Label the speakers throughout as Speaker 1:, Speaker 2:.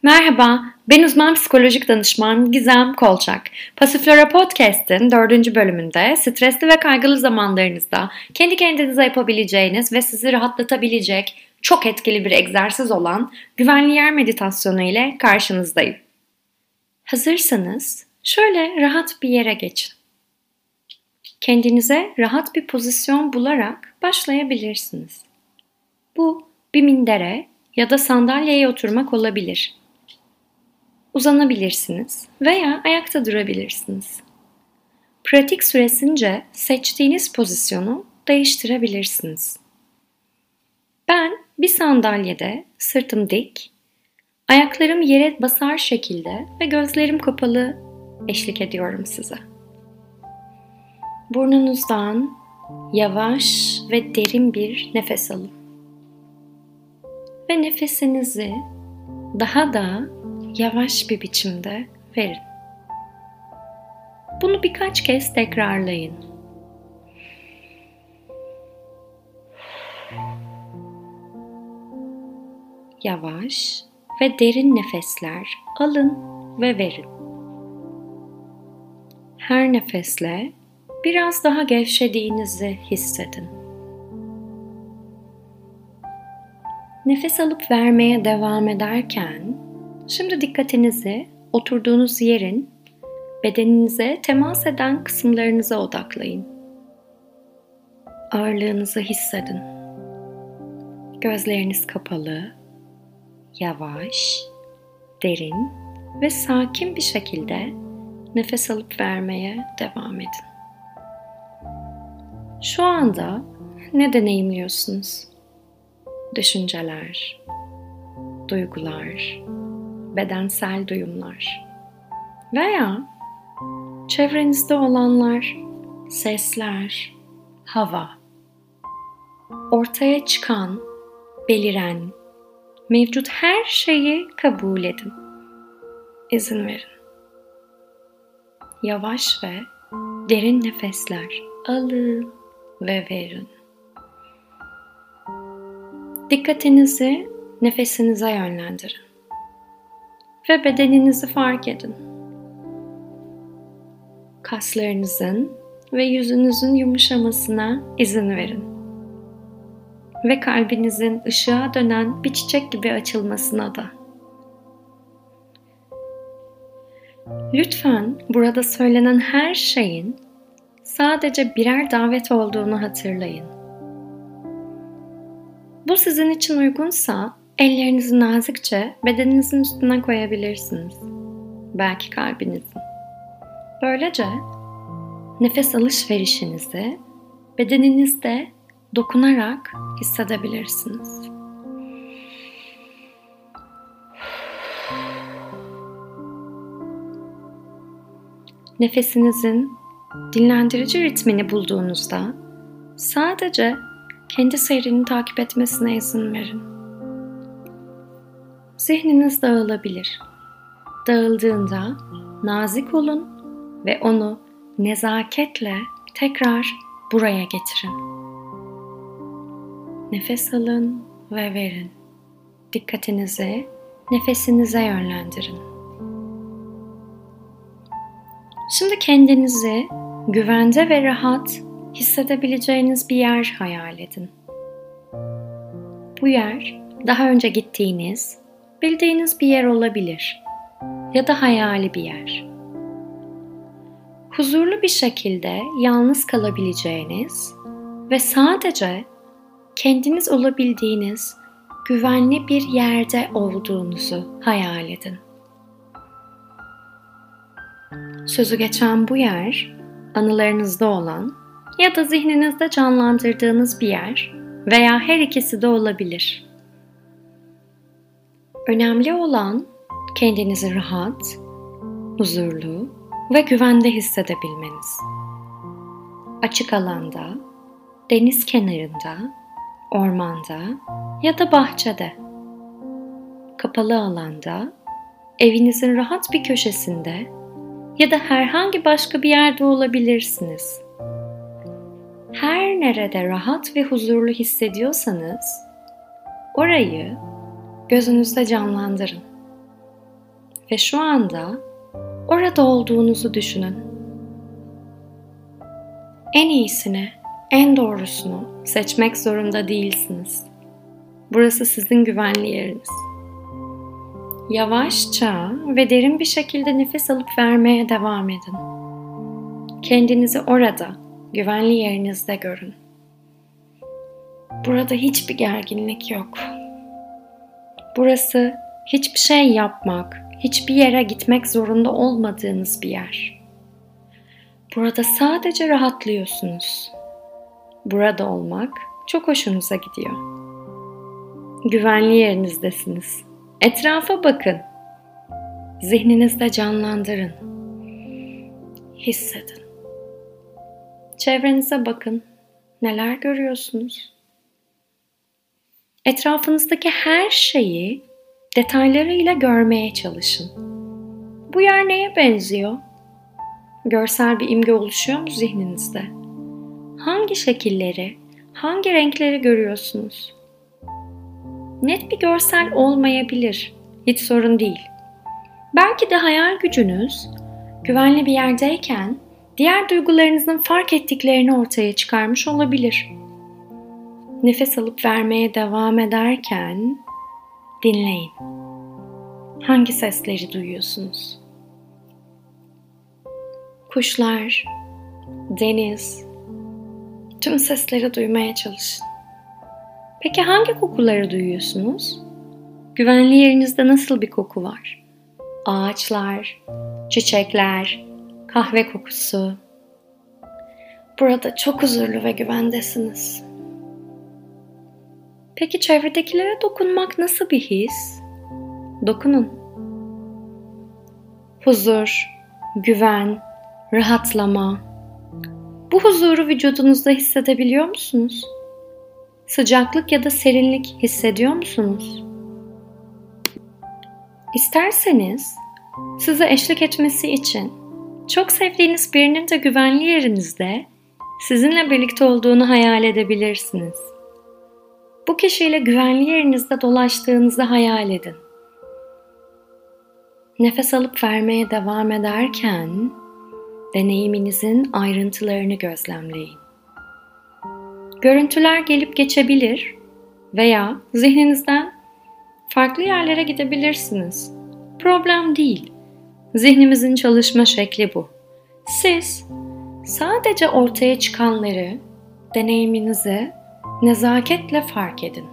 Speaker 1: Merhaba, ben uzman psikolojik danışman Gizem Kolçak. Pasiflora Podcast'in 4. bölümünde stresli ve kaygılı zamanlarınızda kendi kendinize yapabileceğiniz ve sizi rahatlatabilecek çok etkili bir egzersiz olan güvenli yer meditasyonu ile karşınızdayım. Hazırsanız şöyle rahat bir yere geçin. Kendinize rahat bir pozisyon bularak başlayabilirsiniz. Bu bir mindere ya da sandalyeye oturmak olabilir. Uzanabilirsiniz veya ayakta durabilirsiniz. Pratik süresince seçtiğiniz pozisyonu değiştirebilirsiniz. Ben bir sandalyede sırtım dik, ayaklarım yere basar şekilde ve gözlerim kapalı eşlik ediyorum size. Burnunuzdan yavaş ve derin bir nefes alın. Ve nefesinizi daha da yavaş bir biçimde verin. Bunu birkaç kez tekrarlayın. Yavaş ve derin nefesler alın ve verin. Her nefesle biraz daha gevşediğinizi hissedin. Nefes alıp vermeye devam ederken şimdi dikkatinizi oturduğunuz yerin bedeninize temas eden kısımlarınıza odaklayın. Ağırlığınızı hissedin. Gözleriniz kapalı, yavaş, derin ve sakin bir şekilde nefes alıp vermeye devam edin. Şu anda ne deneyimliyorsunuz? Düşünceler, duygular, bedensel duyumlar veya çevrenizde olanlar, sesler, hava, ortaya çıkan, beliren, mevcut her şeyi kabul edin. İzin verin. Yavaş ve derin nefesler alın ve verin. Dikkatinizi nefesinize yönlendirin ve bedeninizi fark edin. Kaslarınızın ve yüzünüzün yumuşamasına izin verin. Ve kalbinizin ışığa dönen bir çiçek gibi açılmasına da. Lütfen burada söylenen her şeyin sadece birer davet olduğunu hatırlayın. Bu sizin için uygunsa ellerinizi nazikçe bedeninizin üstüne koyabilirsiniz. Belki kalbinizin. Böylece nefes alışverişinizi bedeninizde dokunarak hissedebilirsiniz. Nefesinizin dinlendirici ritmini bulduğunuzda sadece kendi seyrini takip etmesine izin verin. Zihniniz dağılabilir. Dağıldığında nazik olun ve onu nezaketle tekrar buraya getirin. Nefes alın ve verin. Dikkatinizi nefesinize yönlendirin. Şimdi kendinizi güvende ve rahat hissedebileceğiniz bir yer hayal edin. Bu yer daha önce gittiğiniz, bildiğiniz bir yer olabilir ya da hayali bir yer. Huzurlu bir şekilde yalnız kalabileceğiniz ve sadece kendiniz olabildiğiniz güvenli bir yerde olduğunuzu hayal edin. Sözü geçen bu yer, anılarınızda olan ya da zihninizde canlandırdığınız bir yer veya her ikisi de olabilir. Önemli olan kendinizi rahat, huzurlu ve güvende hissedebilmeniz. Açık alanda, deniz kenarında, ormanda ya da bahçede. Kapalı alanda, evinizin rahat bir köşesinde ya da herhangi başka bir yerde olabilirsiniz. Her nerede rahat ve huzurlu hissediyorsanız, orayı gözünüzde canlandırın. ve şu anda orada olduğunuzu düşünün. En iyisini, en doğrusunu seçmek zorunda değilsiniz. Burası sizin güvenli yeriniz. Yavaşça ve derin bir şekilde nefes alıp vermeye devam edin. Kendinizi orada, güvenli yerinizde görün. Burada hiçbir gerginlik yok. Burası hiçbir şey yapmak, hiçbir yere gitmek zorunda olmadığınız bir yer. Burada sadece rahatlıyorsunuz. Burada olmak çok hoşunuza gidiyor. Güvenli yerinizdesiniz. Etrafa bakın. Zihninizde canlandırın. Hissedin. Çevrenize bakın. Neler görüyorsunuz? Etrafınızdaki her şeyi detaylarıyla görmeye çalışın. Bu yer neye benziyor? Görsel bir imge oluşuyor mu zihninizde? Hangi şekilleri, hangi renkleri görüyorsunuz? Net bir görsel olmayabilir. Hiç sorun değil. Belki de hayal gücünüz güvenli bir yerdeyken diğer duygularınızın fark ettiklerini ortaya çıkarmış olabilir. Nefes alıp vermeye devam ederken dinleyin. Hangi sesleri duyuyorsunuz? Kuşlar, deniz, tüm sesleri duymaya çalışın. Peki hangi kokuları duyuyorsunuz? Güvenli yerinizde nasıl bir koku var? Ağaçlar, çiçekler, kahve kokusu. Burada çok huzurlu ve güvendesiniz. Peki çevredekilere dokunmak nasıl bir his? Dokunun. Huzur, güven, rahatlama. Bu huzuru vücudunuzda hissedebiliyor musunuz? Sıcaklık ya da serinlik hissediyor musunuz? İsterseniz size eşlik etmesi için çok sevdiğiniz birinin de güvenli yerinizde sizinle birlikte olduğunu hayal edebilirsiniz. Bu kişiyle güvenli yerinizde dolaştığınızı hayal edin. Nefes alıp vermeye devam ederken deneyiminizin ayrıntılarını gözlemleyin. Görüntüler gelip geçebilir veya zihninizden farklı yerlere gidebilirsiniz. Problem değil. Zihnimizin çalışma şekli bu. Siz sadece ortaya çıkanları, deneyiminizi nezaketle fark edin.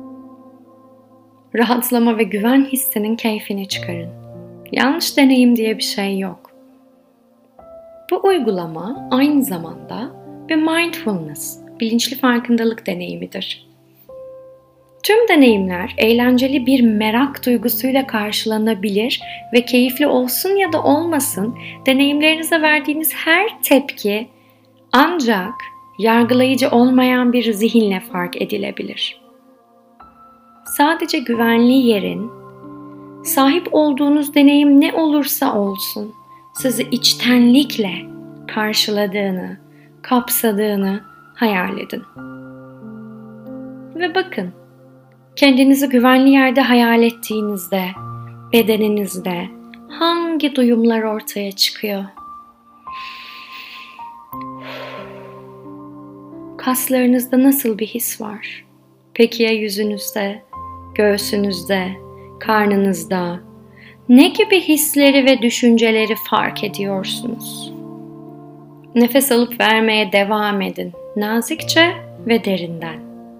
Speaker 1: Rahatlama ve güven hissinin keyfini çıkarın. Yanlış deneyim diye bir şey yok. Bu uygulama aynı zamanda bir mindfulness, bilinçli farkındalık deneyimidir. Tüm deneyimler eğlenceli bir merak duygusuyla karşılanabilir ve keyifli olsun ya da olmasın, deneyimlerinize verdiğiniz her tepki ancak yargılayıcı olmayan bir zihinle fark edilebilir. Sadece güvenli yerin, sahip olduğunuz deneyim ne olursa olsun, sizi içtenlikle karşıladığını, kapsadığını hayal edin. Ve bakın, kendinizi güvenli yerde hayal ettiğinizde, bedeninizde hangi duyumlar ortaya çıkıyor? Kaslarınızda nasıl bir his var? Peki ya yüzünüzde, göğsünüzde, karnınızda? Ne gibi hisleri ve düşünceleri fark ediyorsunuz? Nefes alıp vermeye devam edin, nazikçe ve derinden.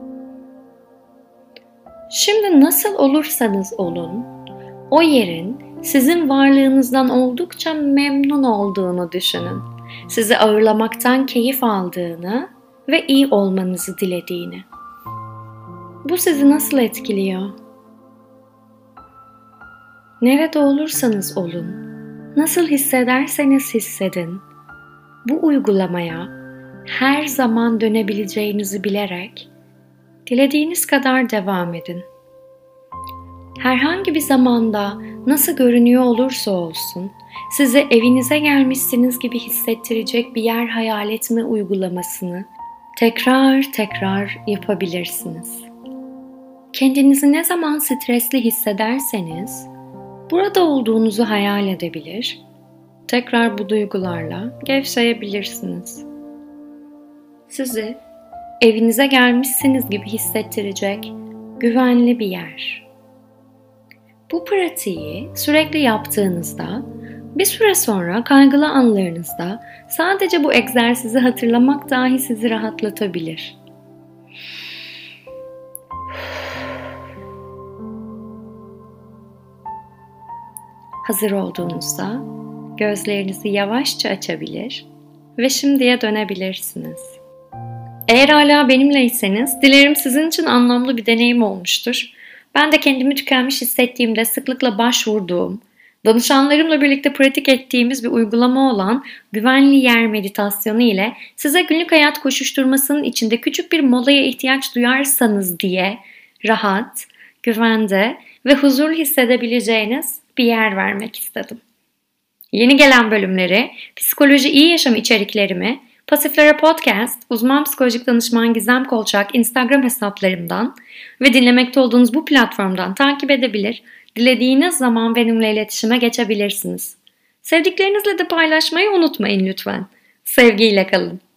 Speaker 1: Şimdi nasıl olursanız olun, o yerin sizin varlığınızdan oldukça memnun olduğunu düşünün. Sizi ağırlamaktan keyif aldığını ve iyi olmanızı dilediğini. Bu sizi nasıl etkiliyor? Nerede olursanız olun, nasıl hissederseniz hissedin, bu uygulamaya her zaman dönebileceğinizi bilerek dilediğiniz kadar devam edin. Herhangi bir zamanda nasıl görünüyor olursa olsun, size evinize gelmişsiniz gibi hissettirecek bir yer hayal etme uygulamasını tekrar tekrar yapabilirsiniz. Kendinizi ne zaman stresli hissederseniz, Burada olduğunuzu hayal edebilir, tekrar bu duygularla gevşeyebilirsiniz. Sizi evinize gelmişsiniz gibi hissettirecek güvenli bir yer. Bu pratiği sürekli yaptığınızda bir süre sonra kaygılı anlarınızda sadece bu egzersizi hatırlamak dahi sizi rahatlatabilir. Hazır olduğunuzda gözlerinizi yavaşça açabilir ve şimdiye dönebilirsiniz. Eğer hala benimleyseniz dilerim sizin için anlamlı bir deneyim olmuştur. Ben de kendimi tükenmiş hissettiğimde sıklıkla başvurduğum, danışanlarımla birlikte pratik ettiğimiz bir uygulama olan güvenli yer meditasyonu ile size günlük hayat koşuşturmasının içinde küçük bir molaya ihtiyaç duyarsanız diye rahat, güvende ve huzurlu hissedebileceğiniz bir yer vermek istedim. Yeni gelen bölümleri, psikoloji iyi yaşam içeriklerimi Pasiflora Podcast, uzman psikolojik danışman Gizem Kolçak Instagram hesaplarımdan ve dinlemekte olduğunuz bu platformdan takip edebilir, dilediğiniz zaman benimle iletişime geçebilirsiniz. Sevdiklerinizle de paylaşmayı unutmayın lütfen. Sevgiyle kalın.